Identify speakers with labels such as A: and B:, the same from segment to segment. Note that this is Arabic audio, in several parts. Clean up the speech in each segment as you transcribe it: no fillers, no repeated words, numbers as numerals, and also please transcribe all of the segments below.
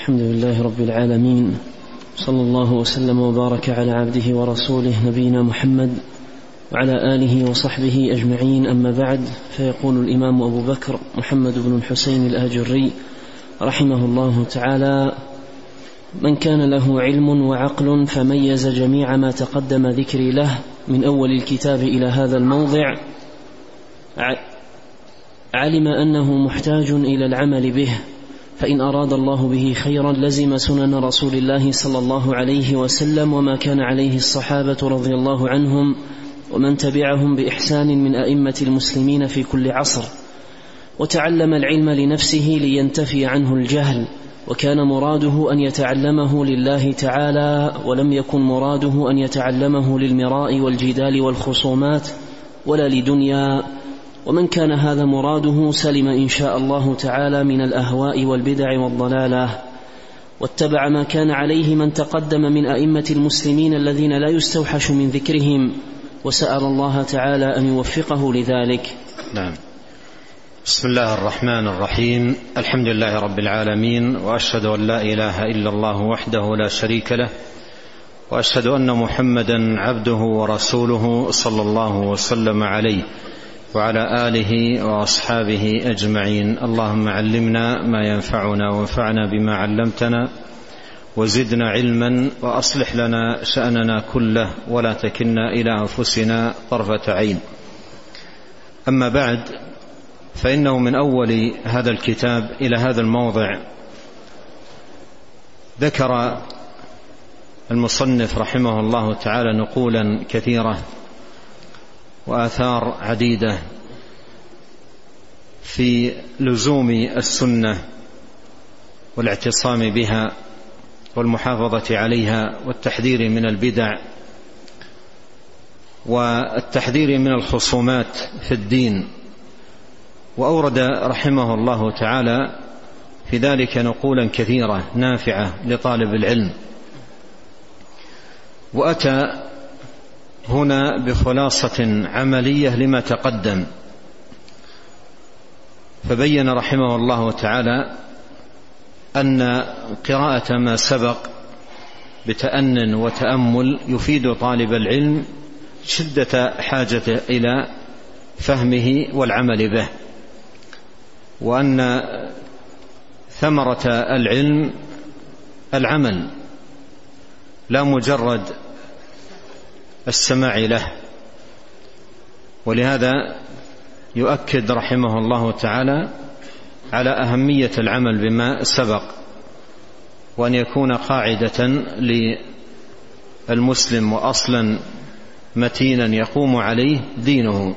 A: الحمد لله رب العالمين، صلى الله وسلم وبارك على عبده ورسوله نبينا محمد وعلى آله وصحبه أجمعين. أما بعد، فيقول الإمام أبو بكر محمد بن الحسين الآجري رحمه الله تعالى: من كان له علم وعقل فميز جميع ما تقدم ذكري له من أول الكتاب إلى هذا الموضع علم أنه محتاج إلى العمل به، فإن أراد الله به خيرا لزم سنن رسول الله صلى الله عليه وسلم وما كان عليه الصحابة رضي الله عنهم ومن تبعهم بإحسان من أئمة المسلمين في كل عصر، وتعلم العلم لنفسه لينتفي عنه الجهل، وكان مراده أن يتعلمه لله تعالى، ولم يكن مراده أن يتعلمه للمراء والجدال والخصومات ولا لدنيا. ومن كان هذا مراده سلم إن شاء الله تعالى من الأهواء والبدع والضلالة، واتبع ما كان عليه من تقدم من أئمة المسلمين الذين لا يستوحش من ذكرهم، وسأل الله تعالى أن يوفقه لذلك.
B: نعم. بسم الله الرحمن الرحيم. الحمد لله رب العالمين، وأشهد أن لا إله إلا الله وحده لا شريك له، وأشهد أن محمدا عبده ورسوله صلى الله وسلم عليه وعلى آله وأصحابه أجمعين. اللهم علمنا ما ينفعنا وانفعنا بما علمتنا وزدنا علما، وأصلح لنا شأننا كله ولا تكلنا إلى أنفسنا طرفة عين. أما بعد، فإنه من أول هذا الكتاب إلى هذا الموضع ذكر المصنف رحمه الله تعالى نقولا كثيرة وآثار عديدة في لزوم السنة والاعتصام بها والمحافظة عليها، والتحذير من البدع والتحذير من الخصومات في الدين. وأورد رحمه الله تعالى في ذلك نقولا كثيرة نافعة لطالب العلم، وأتى هنا بخلاصة عملية لما تقدم، فبين رحمه الله تعالى أن قراءة ما سبق بتأنن وتأمل يفيد طالب العلم شدة حاجته إلى فهمه والعمل به، وأن ثمرة العلم العمل لا مجرد السماع له. ولهذا يؤكد رحمه الله تعالى على أهمية العمل بما سبق، وأن يكون قاعدة للمسلم وأصلا متينا يقوم عليه دينه.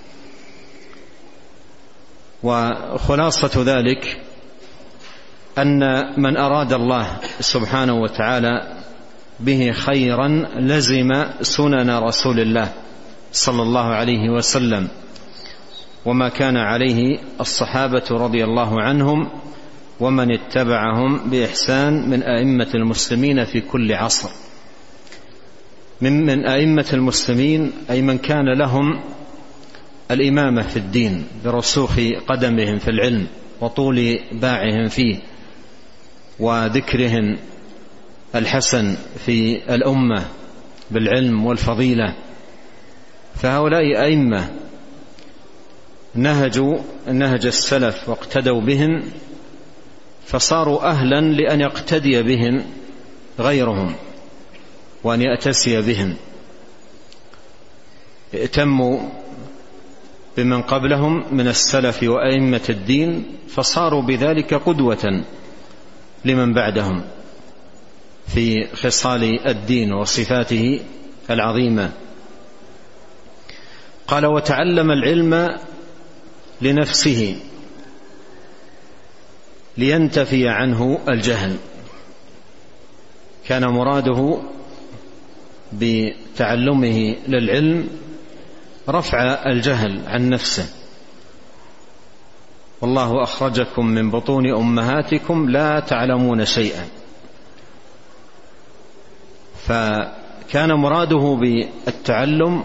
B: وخلاصة ذلك أن من أراد الله سبحانه وتعالى به خيرا لزم سنن رسول الله صلى الله عليه وسلم وما كان عليه الصحابة رضي الله عنهم ومن اتبعهم بإحسان من أئمة المسلمين في كل عصر. من أئمة المسلمين أي من كان لهم الإمامة في الدين برسوخ قدمهم في العلم وطول باعهم فيه وذكرهم الحسن في الأمة بالعلم والفضيلة. فهؤلاء أئمة نهجوا نهج السلف واقتدوا بهم، فصاروا أهلا لأن يقتدي بهم غيرهم وأن يأتسي بهم. ائتموا بمن قبلهم من السلف وأئمة الدين، فصاروا بذلك قدوة لمن بعدهم في خصال الدين وصفاته العظيمة. قال: وتعلم العلم لنفسه لينتفي عنه الجهل. كان مراده بتعلمه للعلم رفع الجهل عن نفسه. والله أخرجكم من بطون أمهاتكم لا تعلمون شيئا. فكان مراده بالتعلم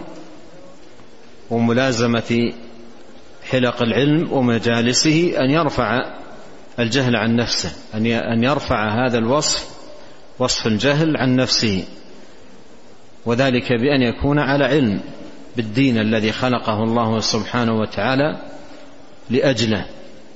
B: وملازمة حلق العلم ومجالسه أن يرفع الجهل عن نفسه، أن يرفع هذا الوصف، وصف الجهل، عن نفسه، وذلك بأن يكون على علم بالدين الذي خلقه الله سبحانه وتعالى لأجله،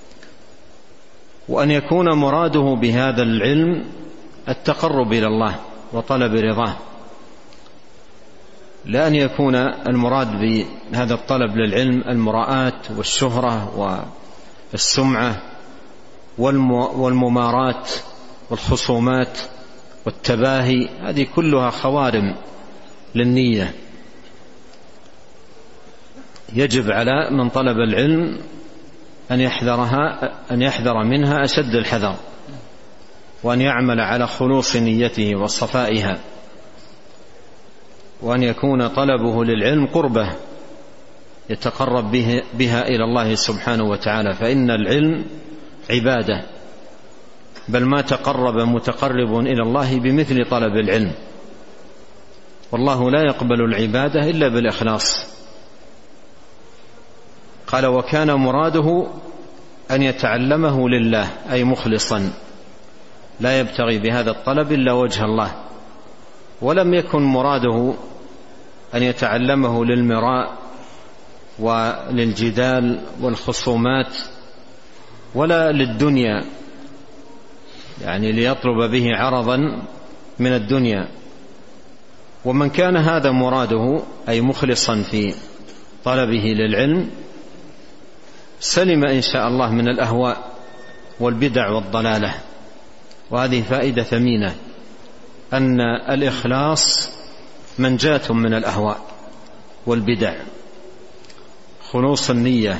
B: وأن يكون مراده بهذا العلم التقرب إلى الله وطلب رضاه، لا أن يكون المراد بهذا الطلب للعلم المراءة والشهرة والسمعة والممارات والخصومات والتباهي، هذه كلها خوارم للنية. يجب على من طلب العلم أن يحذر منها أشد الحذر، وأن يعمل على خلوص نيته وصفائها، وأن يكون طلبه للعلم قربة يتقرب بها إلى الله سبحانه وتعالى، فإن العلم عبادة، بل ما تقرب متقرب إلى الله بمثل طلب العلم، والله لا يقبل العبادة إلا بالإخلاص. قال: وكان مراده أن يتعلمه لله، أي مخلصا لا يبتغي بهذا الطلب إلا وجه الله، ولم يكن مراده أن يتعلمه للمراء وللجدال والخصومات ولا للدنيا، يعني ليطلب به عرضا من الدنيا. ومن كان هذا مراده، أي مخلصا في طلبه للعلم، سلم إن شاء الله من الأهواء والبدع والضلالة. وهذه فائدة ثمينة، أن الإخلاص منجاة من الأهواء والبدع، خلوص النية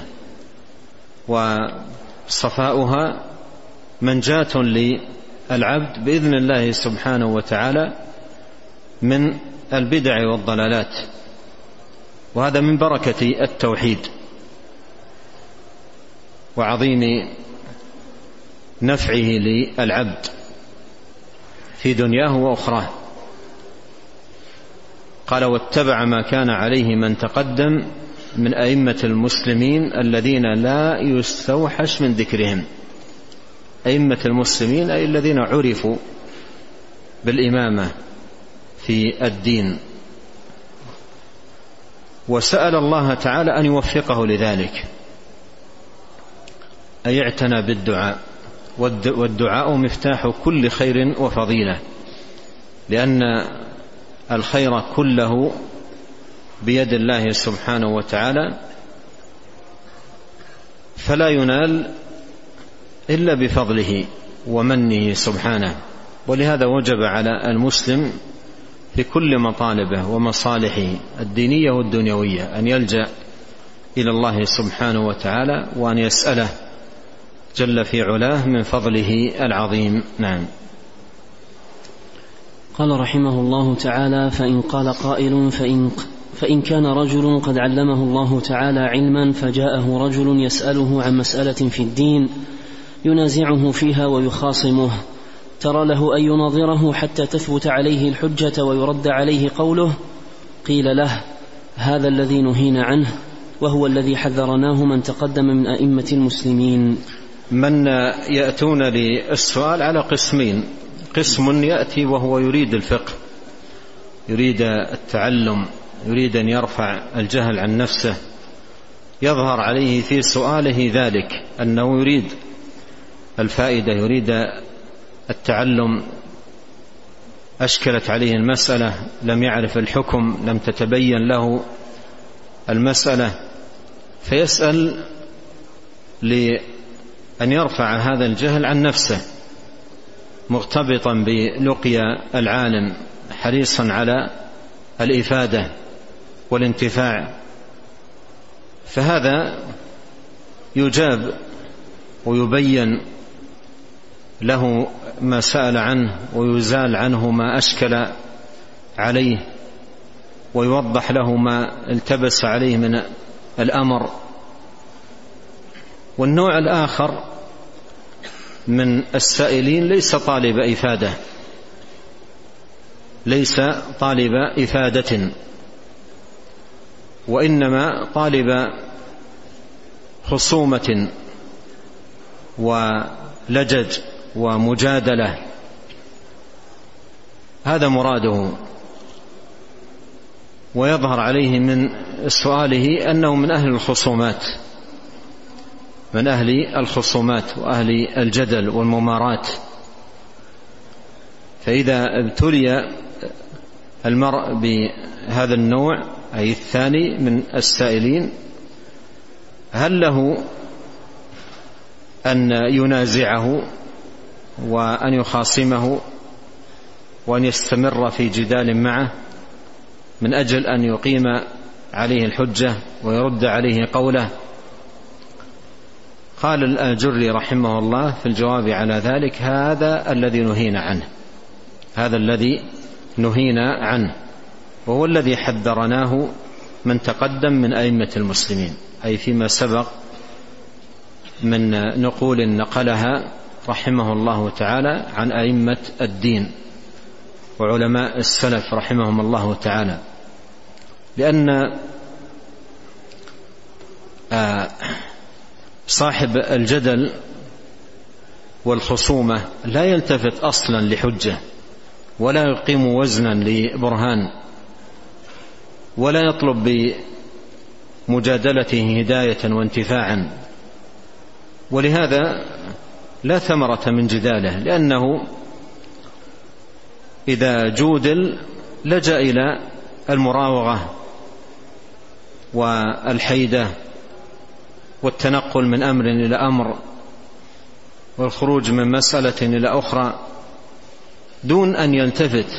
B: وصفاؤها منجاة للعبد بإذن الله سبحانه وتعالى من البدع والضلالات، وهذا من بركة التوحيد وعظيم نفعه للعبد في دنياه وأخراه. قال: واتبع ما كان عليه من تقدم من أئمة المسلمين الذين لا يستوحش من ذكرهم. أئمة المسلمين أي الذين عرفوا بالإمامة في الدين، وسأل الله تعالى أن يوفقه لذلك، أي اعتنى بالدعاء، والدعاء مفتاح كل خير وفضيلة، لأن الخير كله بيد الله سبحانه وتعالى، فلا ينال إلا بفضله ومنه سبحانه. ولهذا وجب على المسلم في كل مطالبه ومصالحه الدينية والدنيوية أن يلجأ إلى الله سبحانه وتعالى، وأن يسأله جل في علاه من فضله العظيم. نعم.
A: قال رحمه الله تعالى: فإن قال قائل فإن كان رجل قد علمه الله تعالى علما، فجاءه رجل يسأله عن مسألة في الدين ينازعه فيها ويخاصمه، ترى له أن يناظره حتى تثبت عليه الحجة ويرد عليه قوله؟ قيل له: هذا الذي نهينا عنه، وهو الذي حذرناه من تقدم من أئمة المسلمين.
B: من يأتون للسؤال على قسمين: قسم يأتي وهو يريد الفقه، يريد التعلم، يريد أن يرفع الجهل عن نفسه، يظهر عليه في سؤاله ذلك أنه يريد الفائدة، يريد التعلم، أشكلت عليه المسألة، لم يعرف الحكم، لم تتبين له المسألة، فيسأل لأن يرفع هذا الجهل عن نفسه، مرتبطا بلقيا العالم، حريصا على الإفادة والانتفاع، فهذا يجاب ويبين له ما سأل عنه، ويزال عنه ما أشكل عليه، ويوضح له ما التبس عليه من الأمر. والنوع الآخر من السائلين ليس طالب إفادة، ليس طالب إفادة، وإنما طالب خصومة لجج ومجادلة، هذا مراده. ويظهر عليه من سؤاله أنه من أهل الخصومات وأهل الجدل والممارات. فإذا ابتلي المرء بهذا النوع أي الثاني من السائلين، هل له أن ينازعه وأن يخاصمه وأن يستمر في جدال معه من أجل أن يقيم عليه الحجة ويرد عليه قوله؟ قال الآجري رحمه الله في الجواب على ذلك: هذا الذي نهينا عنه، وهو الذي حذرناه من تقدم من أئمة المسلمين، أي فيما سبق من نقول نقلها رحمه الله تعالى عن أئمة الدين وعلماء السلف رحمهم الله تعالى. لأن صاحب الجدل والخصومة لا يلتفت أصلا لحجة، ولا يقيم وزنا لبرهان، ولا يطلب بمجادلته هداية وانتفاعا، ولهذا لا ثمرة من جداله، لأنه إذا جودل لجأ إلى المراوغة والحيدة والتنقل من أمر إلى أمر والخروج من مسألة إلى أخرى دون أن يلتفت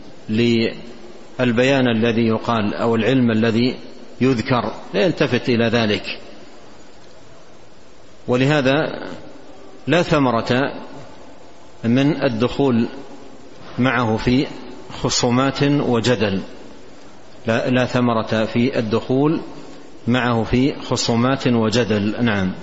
B: للبيان الذي يقال أو العلم الذي يذكر، لا يلتفت إلى ذلك. ولهذا لا ثمرة من الدخول معه في خصومات وجدل، لا ثمرة في الدخول معه في خصومات وجدل. نعم.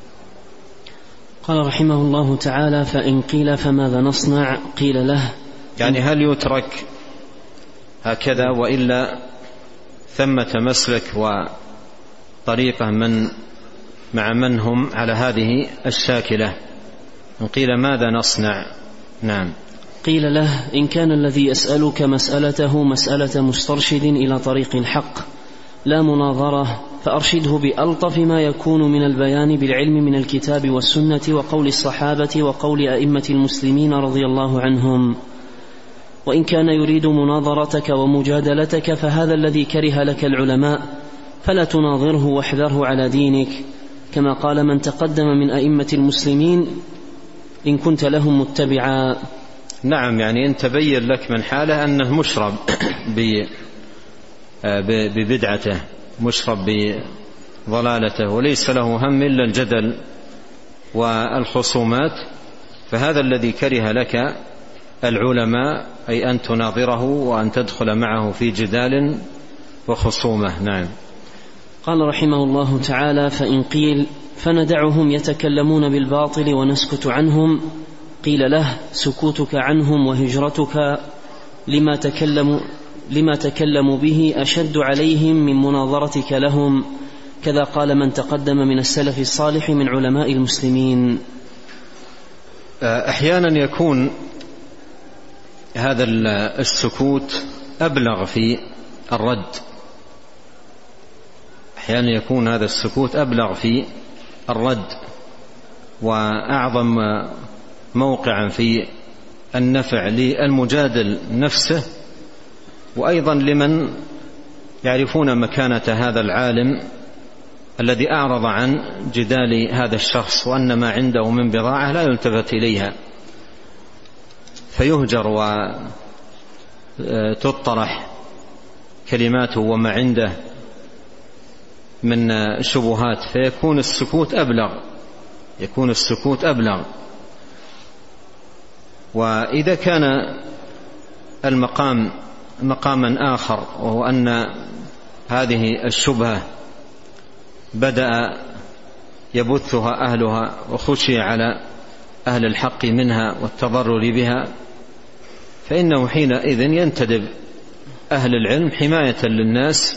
A: قال رحمه الله تعالى: فإن قيل فماذا نصنع؟ قيل له،
B: يعني هل يترك هكذا وإلا ثمة مسلك وطريقة مع من هم على هذه الشاكلة؟ إن قيل ماذا نصنع؟ نعم.
A: قيل له: إن كان الذي يسألك مسألته مسألة مسترشد إلى طريق الحق لا مناظرة، فأرشده بألطف ما يكون من البيان بالعلم من الكتاب والسنة وقول الصحابة وقول أئمة المسلمين رضي الله عنهم. وإن كان يريد مناظرتك ومجادلتك فهذا الذي كره لك العلماء، فلا تناظره واحذره على دينك، كما قال من تقدم من أئمة المسلمين إن كنت لهم متبعا.
B: نعم، يعني أن تبين لك من حاله أنه مشرب ببدعته، مشرب بضلالته، وليس له هم إلا الجدل والخصومات، فهذا الذي كره لك العلماء، أي أن تناظره وأن تدخل معه في جدال وخصومة. نعم.
A: قال رحمه الله تعالى: فإن قيل فندعهم يتكلمون بالباطل ونسكت عنهم، قيل له: سكوتك عنهم وهجرتك لما تكلموا به أشد عليهم من مناظرتك لهم، كذا قال من تقدم من السلف الصالح من علماء المسلمين.
B: أحيانا يكون هذا السكوت أبلغ في الرد، أحيانا يكون هذا السكوت أبلغ في الرد وأعظم موقعا في النفع للمجادل نفسه، وأيضا لمن يعرفون مكانة هذا العالم الذي أعرض عن جدال هذا الشخص، وأن ما عنده من بضاعة لا يلتفت إليها، فيهجر وتطرح كلماته وما عنده من شبهات، فيكون السكوت أبلغ. وإذا كان المقام مقاما آخر، وهو أن هذه الشبهة بدأ يبثها أهلها وخشي على أهل الحق منها والتضرر بها، فإنه حينئذ ينتدب أهل العلم حماية للناس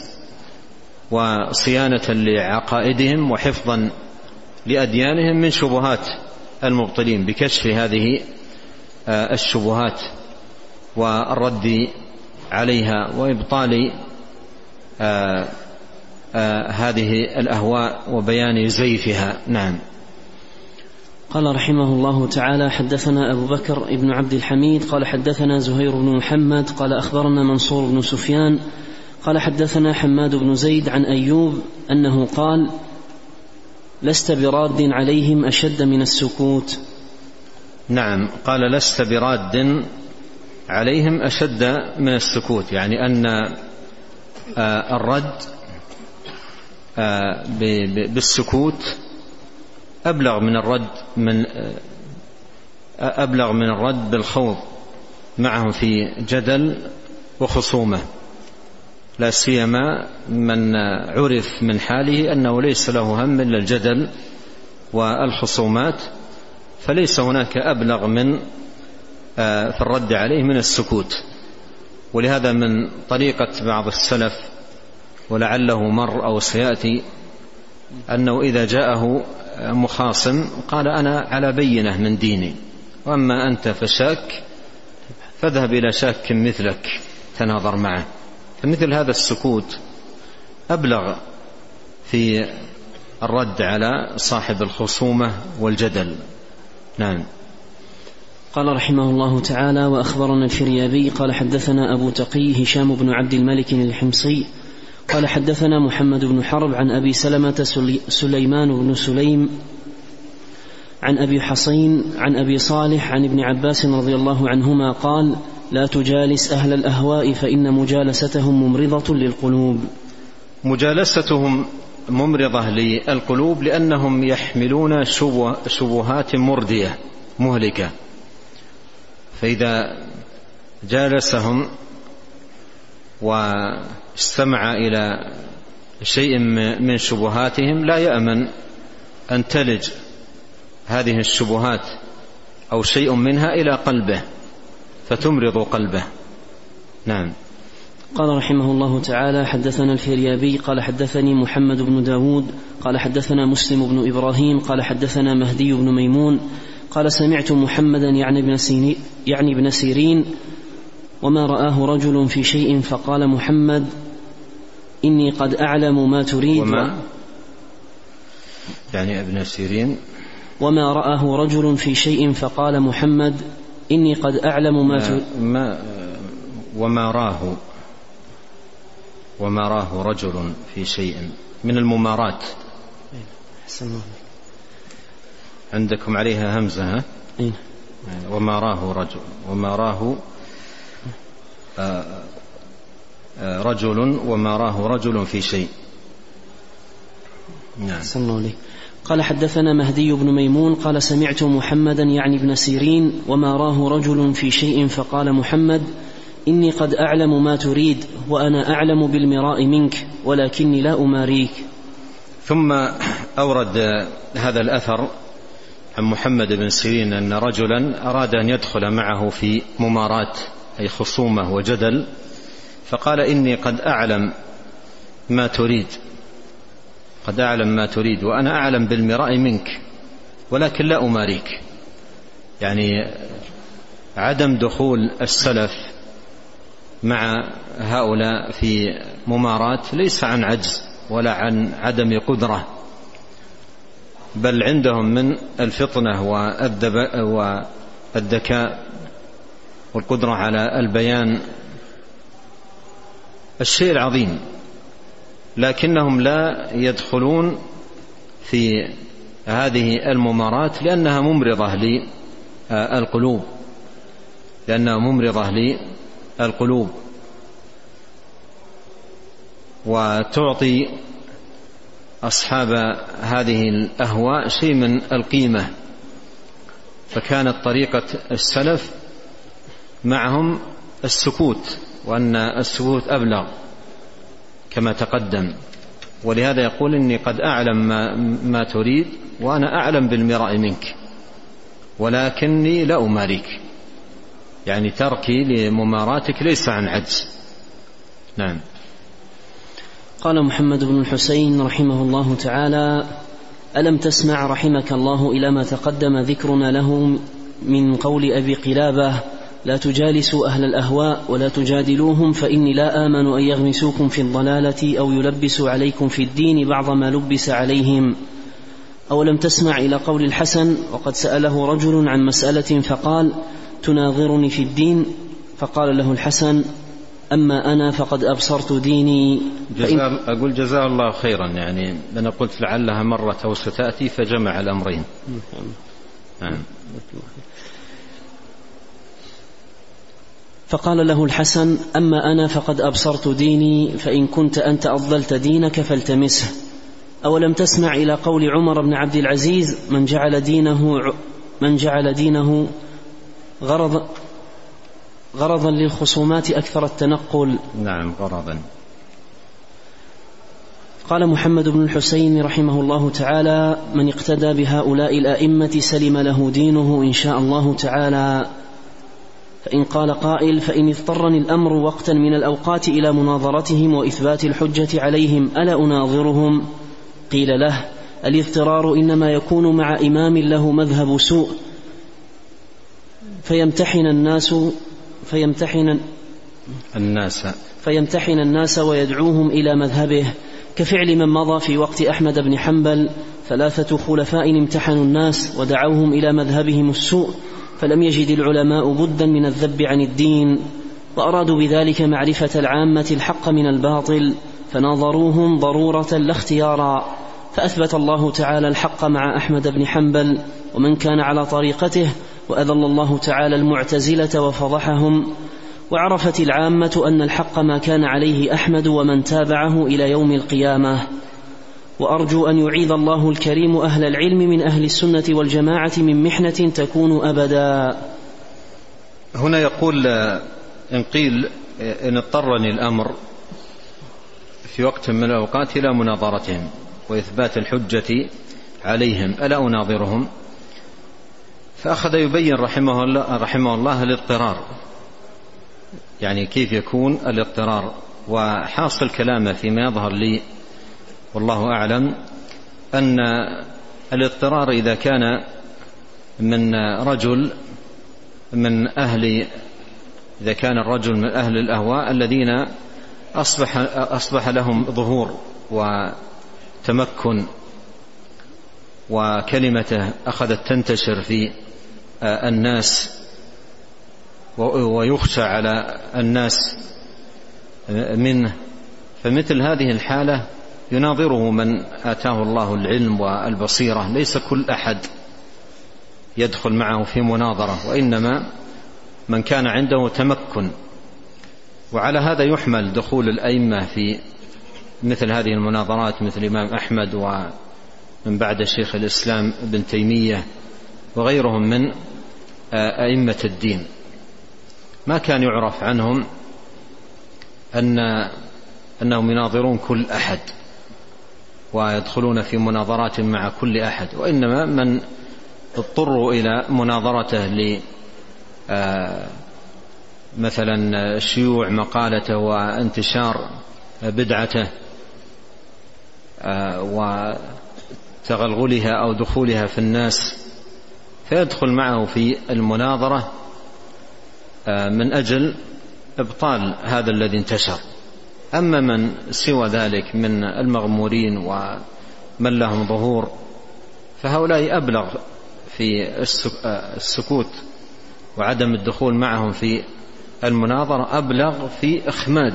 B: وصيانة لعقائدهم وحفظا لأديانهم من شبهات المبطلين بكشف هذه الشبهات والرد عليها وإبطال هذه الأهواء وبيان زيفها. نعم.
A: قال رحمه الله تعالى: حدثنا أبو بكر ابن عبد الحميد قال حدثنا زهير بن محمد قال أخبرنا منصور بن سفيان قال حدثنا حماد بن زيد عن أيوب أنه قال: لست براد عليهم أشد من السكوت.
B: نعم، قال: لست براد عليهم أشد من السكوت، يعني أن الرد بالسكوت أبلغ من الرد بالخوض معهم في جدل وخصومة، لا سيما من عرف من حاله أنه ليس له هم إلا الجدل والخصومات، فليس هناك أبلغ من في الرد عليه من السكوت. ولهذا من طريقة بعض السلف ولعله مر أو سيأتي أنه إذا جاءه مخاصم قال: أنا على بينة من ديني، وأما أنت فشاك فاذهب إلى شاك مثلك تناظر معه. فمثل هذا السكوت أبلغ في الرد على صاحب الخصومة والجدل. نعم.
A: قال رحمه الله تعالى: وأخبرنا الفريابي قال حدثنا أبو تقي هشام بن عبد الملك الحمصي قال حدثنا محمد بن حرب عن أبي سلمة سليمان بن سليم عن أبي حصين عن أبي صالح عن ابن عباس رضي الله عنهما قال: لا تجالس أهل الأهواء فإن مجالستهم ممرضة للقلوب.
B: مجالستهم ممرضة للقلوب لأنهم يحملون شبهات مردية مهلكة، فإذا جالسهم واستمع إلى شيء من شبهاتهم لا يأمن أن تلج هذه الشبهات أو شيء منها إلى قلبه فتمرض قلبه. نعم.
A: قال رحمه الله تعالى: حدثنا الفريابي قال حدثني محمد بن داود قال حدثنا مسلم بن إبراهيم قال حدثنا مهدي بن ميمون قال: سمعت محمدا يعني ابن سيرين وما رآه رجل في شيء فقال محمد: إني قد أعلم ما تريد.
B: يعني ابن سيرين
A: وما رآه رجل في شيء فقال محمد: إني قد أعلم ما تريد.
B: وما راه رجل في شيء من الممارات. عندكم عليها همزة. وما راه رجل وما راه رجل في شيء. نعم.
A: قال حدثنا مهدي بن ميمون قال: سمعت محمدا يعني ابن سيرين وما راه رجل في شيء فقال محمد: إني قد أعلم ما تريد وأنا أعلم بالمراء منك ولكني لا أماريك.
B: ثم أورد هذا الأثر عن محمد بن سيرين أن رجلا أراد أن يدخل معه في ممارات أي خصومة وجدل، فقال: إني قد أعلم ما تريد وأنا أعلم بالمراء منك ولكن لا أماريك. يعني عدم دخول السلف مع هؤلاء في ممارات ليس عن عجز ولا عن عدم قدرة، بل عندهم من الفطنة والذكاء والقدرة على البيان الشيء العظيم، لكنهم لا يدخلون في هذه الممارات لأنها ممرضة للقلوب وتعطي أصحاب هذه الأهواء شيء من القيمة. فكانت طريقة السلف معهم السكوت، وأن السكوت أبلغ كما تقدم، ولهذا يقول: إني قد أعلم ما تريد وأنا أعلم بالمراء منك ولكني لا أماريك، يعني تركي لمماراتك ليس عن عجز. نعم.
A: قال محمد بن الحسين رحمه الله تعالى: ألم تسمع رحمك الله إلى ما تقدم ذكرنا له من قول أبي قلابة لا تجالسوا أهل الأهواء ولا تجادلوهم فإني لا آمن أن يغمسوكم في الضلالة أو يلبسوا عليكم في الدين بعض ما لبس عليهم. أولم تسمع إلى قول الحسن وقد سأله رجل عن مسألة فقال تناظرني في الدين، فقال له الحسن أما أنا فقد أبصرت ديني.
B: أقول جزاه الله خيرا، يعني أنا قلت لعلها مرة أو ستأتي فجمع الأمرين.
A: فقال له الحسن أما أنا فقد أبصرت ديني فإن كنت أنت أضللت دينك فالتمسه. أولم تسمع إلى قول عمر بن عبد العزيز من جعل دينه غرضا للخصومات أكثر التنقل.
B: نعم غرضا.
A: قال محمد بن الحسين رحمه الله تعالى من اقتدى بهؤلاء الأئمة سلم له دينه إن شاء الله تعالى. فإن قال قائل فإن اضطرني الأمر وقتا من الأوقات إلى مناظرتهم وإثبات الحجة عليهم ألا أناظرهم؟ قيل له الاضطرار إنما يكون مع إمام له مذهب سوء فيمتحن الناس ويدعوهم إلى مذهبه، كفعل من مضى في وقت أحمد بن حنبل 3 خلفاء امتحنوا الناس ودعوهم إلى مذهبهم السوء فلم يجد العلماء بدا من الذب عن الدين، وأرادوا بذلك معرفة العامة الحق من الباطل فناظروهم ضرورة لا اختيارا، فأثبت الله تعالى الحق مع أحمد بن حنبل ومن كان على طريقته، وأذل الله تعالى المعتزلة وفضحهم، وعرفت العامة أن الحق ما كان عليه أحمد ومن تابعه إلى يوم القيامة. وأرجو أن يعيذ الله الكريم أهل العلم من أهل السنة والجماعة من محنة تكون أبدا.
B: هنا يقول إن قيل إن اضطرني الأمر في وقت من الأوقات إلى مناظرتهم وإثبات الحجة عليهم ألا أناظرهم؟ فأخذ يبين رحمه الله الاضطرار، يعني كيف يكون الاضطرار. وحاصل كلامه فيما يظهر لي والله أعلم أن الاضطرار إذا كان من رجل إذا كان الرجل من أهل الأهواء الذين أصبح لهم ظهور وتمكن وكلمته أخذت تنتشر في الناس ويخشى على الناس منه، فمثل هذه الحالة يناظره من آتاه الله العلم والبصيرة. ليس كل أحد يدخل معه في مناظرة، وإنما من كان عنده تمكن. وعلى هذا يحمل دخول الأئمة في مثل هذه المناظرات مثل الإمام أحمد ومن بعد شيخ الإسلام ابن تيمية وغيرهم من أئمة الدين. ما كان يعرف عنهم أنهم يناظرون كل أحد ويدخلون في مناظرات مع كل أحد، وإنما من اضطروا إلى مناظرته مثلا شيوع مقالته وانتشار بدعته وتغلغلها أو دخولها في الناس، فيدخل معه في المناظرة من أجل إبطال هذا الذي انتشر. أما من سوى ذلك من المغمورين ومن لهم ظهور فهؤلاء أبلغ في السكوت وعدم الدخول معهم في المناظرة، أبلغ في إخماد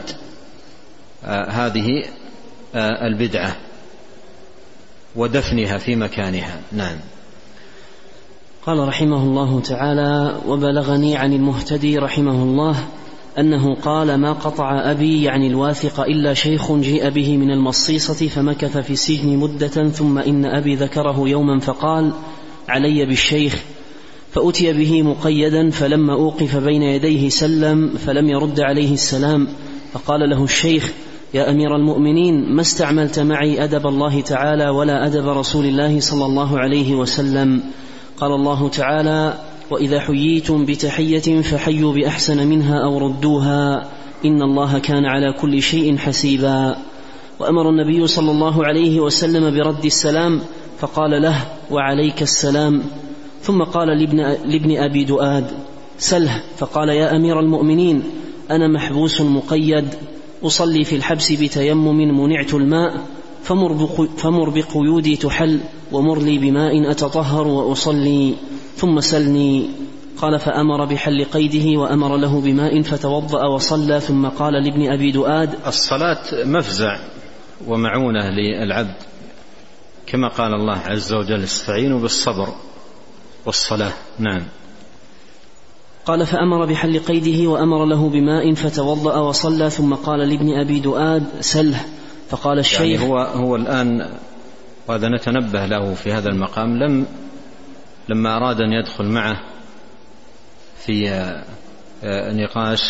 B: هذه البدعة ودفنها في مكانها. نعم.
A: قال رحمه الله تعالى: وبلغني عن المهتدي رحمه الله أنه قال: ما قطع أبي يعني الواثق إلا شيخ جيء به من المصيصة فمكث في السجن مدة، ثم إن أبي ذكره يوما فقال: علي بالشيخ، فأتي به مقيدا، فلما أوقف بين يديه سلم فلم يرد عليه السلام، فقال له الشيخ: يا أمير المؤمنين، ما استعملت معي أدب الله تعالى ولا أدب رسول الله صلى الله عليه وسلم؟ قال الله تعالى: وإذا حييتم بتحية فحيوا بأحسن منها أو ردوها إن الله كان على كل شيء حسيبا. وأمر النبي صلى الله عليه وسلم برد السلام، فقال له: وعليك السلام. ثم قال لابن أبي دؤاد: سله. فقال: يا أمير المؤمنين، أنا محبوس مقيد، أصلي في الحبس بتيمم منعت الماء، فمر بقيودي تحل، ومر لي بماء أتطهر وأصلي، ثم سلني. قال: فأمر بحل قيده وأمر له بماء فتوضأ وصلى، ثم قال لابن أبي دؤاد:
B: الصلاة مفزع ومعونة للعبد، كما قال الله عز وجل: استعينوا بالصبر والصلاة. نعم.
A: قال: فأمر بحل قيده وأمر له بماء فتوضأ وصلى، ثم قال لابن أبي دؤاد: سله. فقال الشيخ:
B: يعني هو الآن، وهذا نتنبه له في هذا المقام، لما أراد أن يدخل معه في نقاش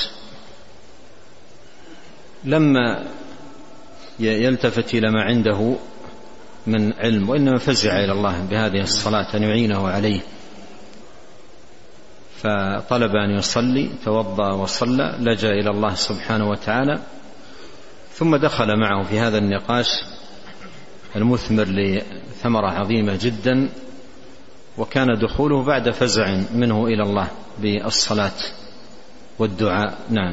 B: لما يلتفت إلى ما عنده من علم، وإنما فزع إلى الله بهذه الصلاة أن يعينه عليه، فطلب أن يصلي، توضأ وصلى، لجأ إلى الله سبحانه وتعالى، ثم دخل معه في هذا النقاش المثمر لثمرة عظيمة جدا، وكان دخوله بعد فزع منه إلى الله بالصلاة والدعاء. نعم.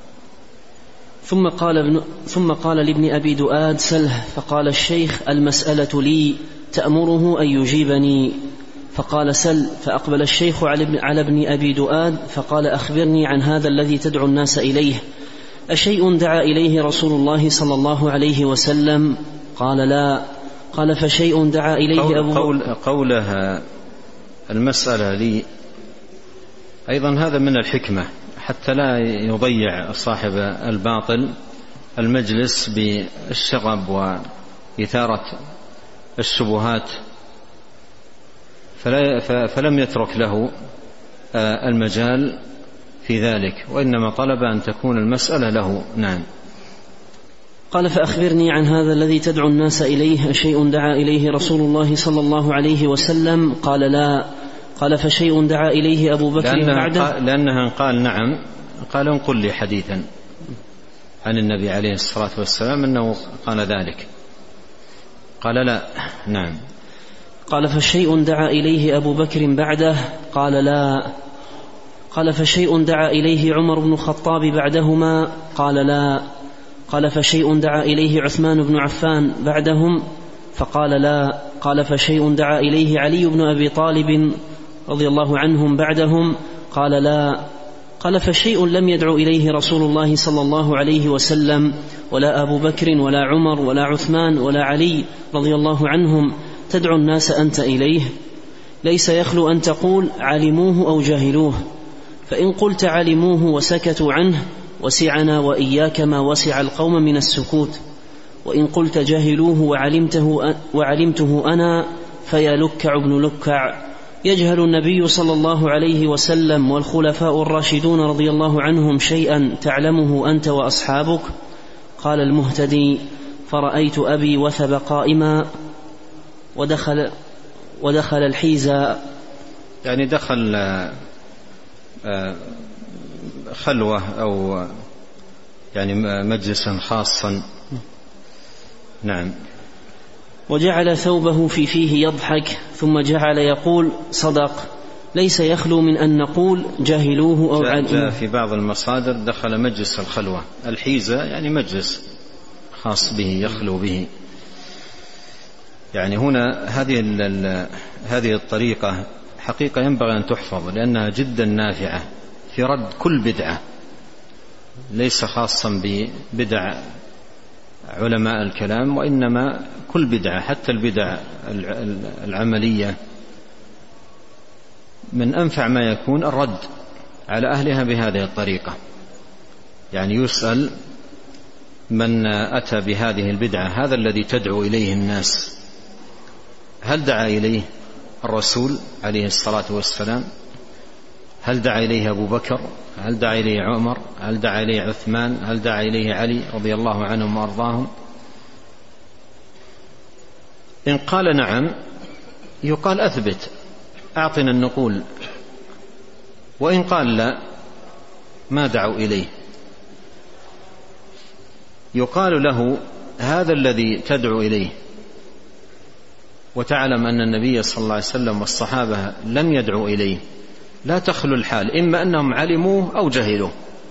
A: ثم قال لابن أبي دؤاد: سله. فقال الشيخ: المسألة لي، تأمره أن يجيبني. فقال: سل. فأقبل الشيخ على ابن أبي دؤاد فقال: أخبرني عن هذا الذي تدعو الناس إليه، أشيء دعا إليه رسول الله صلى الله عليه وسلم؟ قال: لا. قال: فشيء دعا إليه أبو
B: قولها المسألة لي أيضا هذا من الحكمة، حتى لا يضيع صاحب الباطل المجلس بالشغب وإثارة الشبهات، فلم يترك له المجال في ذلك، وإنما طلب أن تكون المسألة له. نعم.
A: قال: فأخبرني عن هذا الذي تدعو الناس إليه، أشيء دعا إليه رسول الله صلى الله عليه وسلم؟ قال: لا. قال: فشيء دعا إليه أبو بكر بعده؟
B: لأنها قال: نعم. قال: انقل لي حديثا عن النبي عليه الصلاة والسلام أنه قال ذلك. قال: لا. نعم.
A: قال: فشيء دعا إليه أبو بكر بعده؟ قال: لا. قال: فشيء دعا إليه عمر بن الخطاب بعدهما؟ قال: لا. قال: فشيء دعا إليه عثمان بن عفان بعدهم؟ فقال: لا. قال: فشيء دعا إليه علي بن أبي طالب رضي الله عنهم بعدهم؟ قال: لا. قال: فشيء لم يدعو إليه رسول الله صلى الله عليه وسلم ولا أبو بكر ولا عمر ولا عثمان ولا علي رضي الله عنهم تدعو الناس أنت إليه؟ ليس يخلو أن تقول: علموه أو جهلوه، فإن قلت علموه وسكتوا عنه وسعنا وإياك ما وسع القوم من السكوت، وإن قلت جهلوه وعلمته أنا فيا لكع ابن لكع. يجهل النبي صلى الله عليه وسلم والخلفاء الراشدون رضي الله عنهم شيئا تعلمه أنت وأصحابك؟ قال المهتدي: فرأيت أبي وثب قائما ودخل الحيزة،
B: يعني دخل خلوة أو يعني مجلسا خاصا. نعم.
A: وجعل ثوبه في فيه يضحك، ثم جعل يقول: صدق. ليس يخلو من أن نقول جاهلوه أو
B: جاء في بعض المصادر دخل مجلس الخلوة. الحيزة يعني مجلس خاص به يخلو به. يعني هنا هذه الطريقة حقيقة ينبغي أن تحفظ، لأنها جدا نافعة في رد كل بدعة، ليس خاصا ببدع علماء الكلام، وإنما كل بدعة، حتى البدع العملية من أنفع ما يكون الرد على أهلها بهذه الطريقة. يعني يسأل من أتى بهذه البدعة: هذا الذي تدعو إليه الناس، هل دعا إليه الرسول عليه الصلاة والسلام؟ هل دعا إليه أبو بكر؟ هل دعا إليه عمر؟ هل دعا إليه عثمان؟ هل دعا إليه علي رضي الله عنهم وأرضاهم؟ إن قال نعم يقال: أثبت، أعطنا النقول. وإن قال لا، ما دعوا إليه، يقال له: هذا الذي تدعو إليه وتعلم أن النبي صلى الله عليه وسلم والصحابة لم يدعوا إليه، لا تخلو الحال إما أنهم علموه أو جهلوه.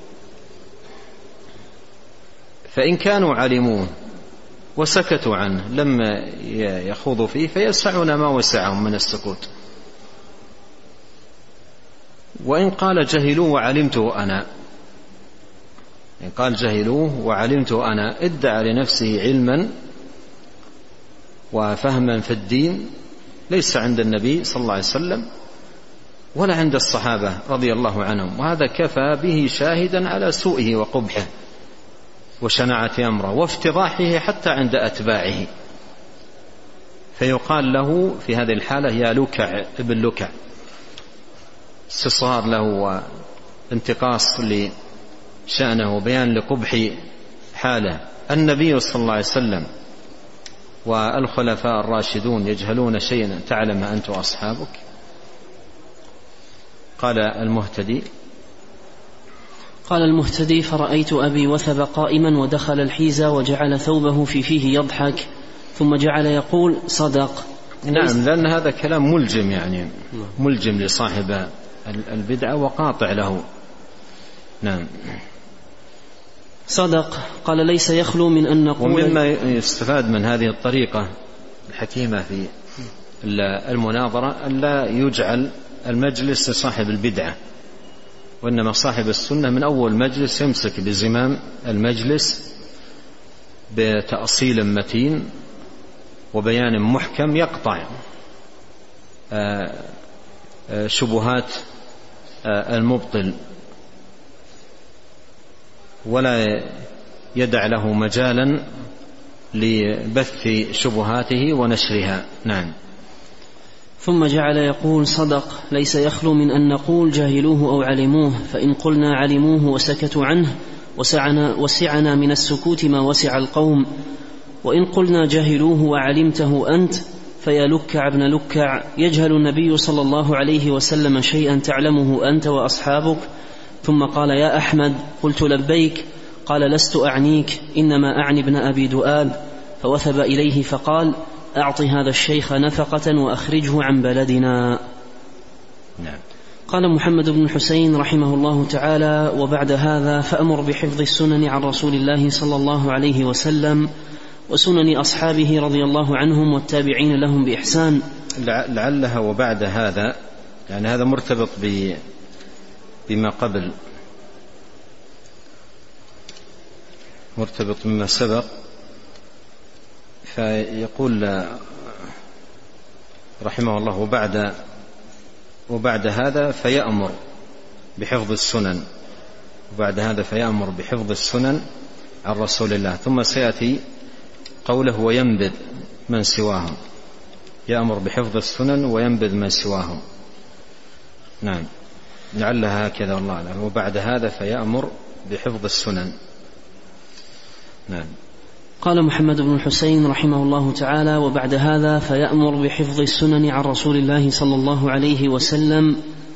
B: فإن كانوا علموه وسكتوا عنه لم يخوضوا فيه فيسعنا ما وسعهم من السكوت. وإن قال جهلوه وعلمته أنا، إن قال جهلوه وعلمته أنا، ادعى لنفسه علما وفهما في الدين ليس عند النبي صلى الله عليه وسلم ولا عند الصحابة رضي الله عنهم، وهذا كفى به شاهدا على سوءه وقبحه وشناعة أمره وافتضاحه حتى عند أتباعه. فيقال له في هذه الحالة يا لكع ابن لكع، استصغار له وانتقاص لشأنه وبيان لقبح حاله. النبي صلى الله عليه وسلم والخلفاء الراشدون يجهلون شيئا تعلم أنت وأصحابك. قال المهتدي فرأيت أبي وثب قائما ودخل الحيزة وجعل ثوبه في فيه يضحك ثم جعل يقول صدق. نعم، لأن هذا كلام ملجم، يعني ملجم لصاحب البدعة وقاطع له. نعم.
A: صدق. قال ليس يخلو من أن نقول.
B: ومما يستفاد من هذه الطريقة الحكيمة في المناظرة أن لا يجعل المجلس لصاحب البدعة، وإنما صاحب السنة من أول مجلس يمسك بزمام المجلس بتأصيل متين وبيان محكم يقطع شبهات المبطل ولا يدع له مجالا لبث شبهاته ونشرها. نعم.
A: ثم جعل يقول صدق. ليس يخلو من أن نقول جاهلوه أو علموه، فإن قلنا علموه وسكتوا عنه وسعنا من السكوت ما وسع القوم، وإن قلنا جاهلوه وعلمته أنت فيا لكع ابن لكع، يجهل النبي صلى الله عليه وسلم شيئا تعلمه أنت وأصحابك. ثم قال يا أحمد، قلت لبيك. قال لست أعنيك، إنما أعني ابن أبي دؤاب. فوثب إليه فقال أعط هذا الشيخ نفقة وأخرجه عن بلدنا.
B: نعم.
A: قال محمد بن الحسين رحمه الله تعالى وبعد هذا فأمر بحفظ السنن عن رسول الله صلى الله عليه وسلم وسنن أصحابه رضي الله عنهم والتابعين لهم بإحسان.
B: لعلها وبعد هذا، يعني هذا مرتبط بما قبل، مرتبط بما سبق. فيقول رحمه الله وبعد هذا فيأمر بحفظ السنن، وبعد هذا فيأمر بحفظ السنن عن رسول الله. ثم سيأتي قوله وينبذ من سواهم، يأمر بحفظ السنن وينبذ من سواهم. نعم، لعلها هكذا والله أعلم. وبعد هذا فيأمر بحفظ السنن. نعم.
A: قال محمد بن الحسين رحمه الله تعالى وبعد هذا فيأمر بحفظ السنن عن رسول الله صلى الله عليه وسلم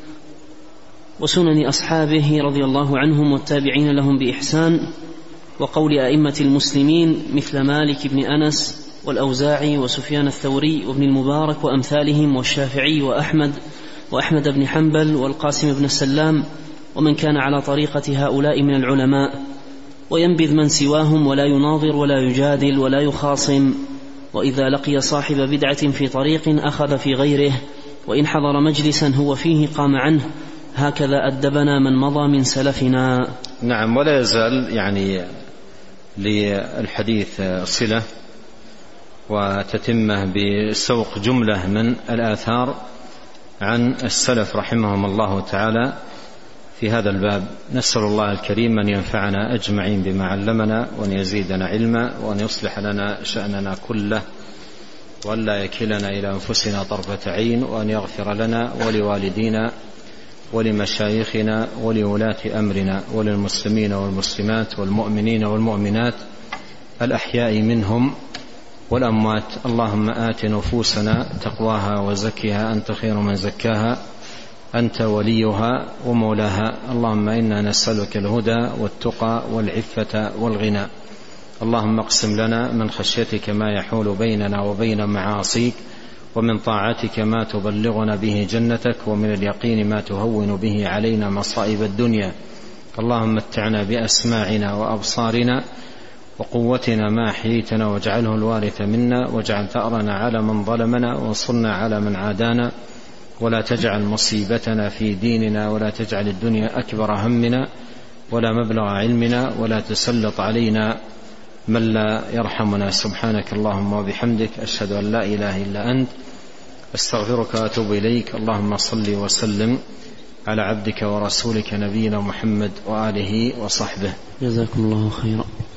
A: وسنن أصحابه رضي الله عنهم والتابعين لهم بإحسان، وقول أئمة المسلمين مثل مالك بن أنس والأوزاعي وسفيان الثوري وابن المبارك وأمثالهم والشافعي وأحمد بن حنبل والقاسم بن السلام ومن كان على طريقة هؤلاء من العلماء، وينبذ من سواهم ولا يناظر ولا يجادل ولا يخاصم. وإذا لقي صاحب بدعة في طريق أخذ في غيره، وإن حضر مجلسا هو فيه قام عنه. هكذا أدبنا من مضى من سلفنا.
B: نعم. ولا يزال يعني للحديث صلة وتتمه بسوق جملة من الآثار عن السلف رحمهم الله تعالى في هذا الباب. نسأل الله الكريم أن ينفعنا أجمعين بما علمنا، وأن يزيدنا علما، وأن يصلح لنا شأننا كله، وأن لا يكلنا إلى أنفسنا طرفة عين، وأن يغفر لنا ولوالدينا ولمشايخنا ولولاة أمرنا وللمسلمين والمسلمات والمؤمنين والمؤمنات الأحياء منهم والأموات. اللهم آت نفوسنا تقواها وزكها أنت خير من زكاها أنت وليها ومولاها. اللهم إنا نسألك الهدى والتقى والعفة والغنى. اللهم اقسم لنا من خشيتك ما يحول بيننا وبين معاصيك، ومن طاعتك ما تبلغنا به جنتك، ومن اليقين ما تهون به علينا مصائب الدنيا. اللهم متعنا بأسماعنا وأبصارنا وقوتنا ما أحييتنا، واجعله الوارث منا، واجعل ثأرنا على من ظلمنا، وانصرنا على من عادانا، ولا تجعل مصيبتنا في ديننا، ولا تجعل الدنيا أكبر همنا ولا مبلغ علمنا، ولا تسلط علينا من لا يرحمنا. سبحانك اللهم وبحمدك، أشهد أن لا إله إلا أنت، أستغفرك وأتوب إليك. اللهم صل وسلم على عبدك ورسولك نبينا محمد وآله وصحبه.
A: جزاكم الله خيرا.